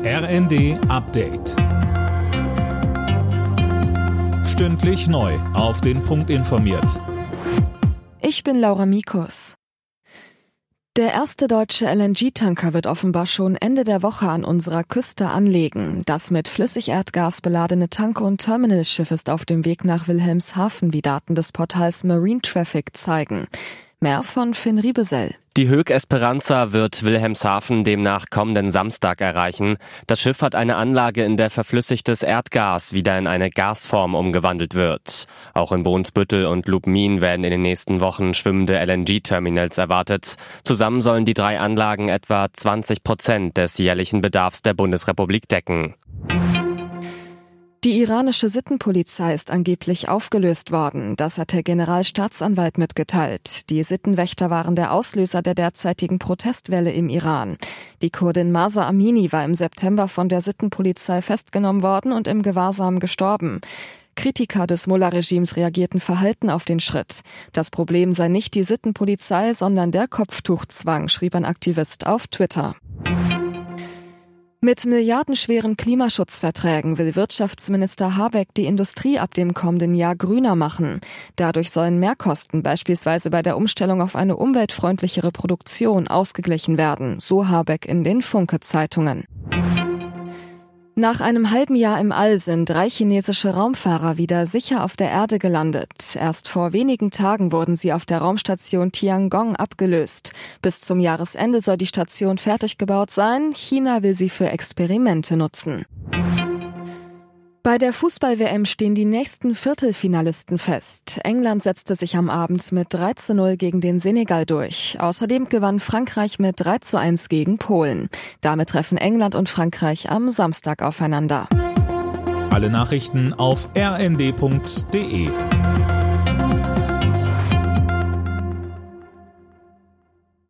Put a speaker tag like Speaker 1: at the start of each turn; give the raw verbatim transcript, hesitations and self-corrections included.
Speaker 1: R N D Update. Stündlich neu auf den Punkt informiert.
Speaker 2: Ich bin Laura Mikus. Der erste deutsche L N G-Tanker wird offenbar schon Ende der Woche an unserer Küste anlegen. Das mit Flüssigerdgas beladene Tanker- und Terminalschiff ist auf dem Weg nach Wilhelmshaven, wie Daten des Portals Marine Traffic zeigen. Mehr von Finn Riebesell.
Speaker 3: Die Höegh Esperanza wird Wilhelmshaven demnach kommenden Samstag erreichen. Das Schiff hat eine Anlage, in der verflüssigtes Erdgas wieder in eine Gasform umgewandelt wird. Auch in Brunsbüttel und Lubmin werden in den nächsten Wochen schwimmende L N G-Terminals erwartet. Zusammen sollen die drei Anlagen etwa zwanzig Prozent des jährlichen Bedarfs der Bundesrepublik decken.
Speaker 2: Die iranische Sittenpolizei ist angeblich aufgelöst worden. Das hat der Generalstaatsanwalt mitgeteilt. Die Sittenwächter waren der Auslöser der derzeitigen Protestwelle im Iran. Die Kurdin Mahsa Amini war im September von der Sittenpolizei festgenommen worden und im Gewahrsam gestorben. Kritiker des Mullah-Regimes reagierten verhalten auf den Schritt. Das Problem sei nicht die Sittenpolizei, sondern der Kopftuchzwang, schrieb ein Aktivist auf Twitter. Mit milliardenschweren Klimaschutzverträgen will Wirtschaftsminister Habeck die Industrie ab dem kommenden Jahr grüner machen. Dadurch sollen Mehrkosten beispielsweise bei der Umstellung auf eine umweltfreundlichere Produktion ausgeglichen werden, so Habeck in den Funke-Zeitungen. Nach einem halben Jahr im All sind drei chinesische Raumfahrer wieder sicher auf der Erde gelandet. Erst vor wenigen Tagen wurden sie auf der Raumstation Tiangong abgelöst. Bis zum Jahresende soll die Station fertig gebaut sein. China will sie für Experimente nutzen. Bei der Fußball-W M stehen die nächsten Viertelfinalisten fest. England setzte sich am Abend mit drei zu null gegen den Senegal durch. Außerdem gewann Frankreich mit drei zu eins gegen Polen. Damit treffen England und Frankreich am Samstag aufeinander.
Speaker 1: Alle Nachrichten auf r n d punkt d e.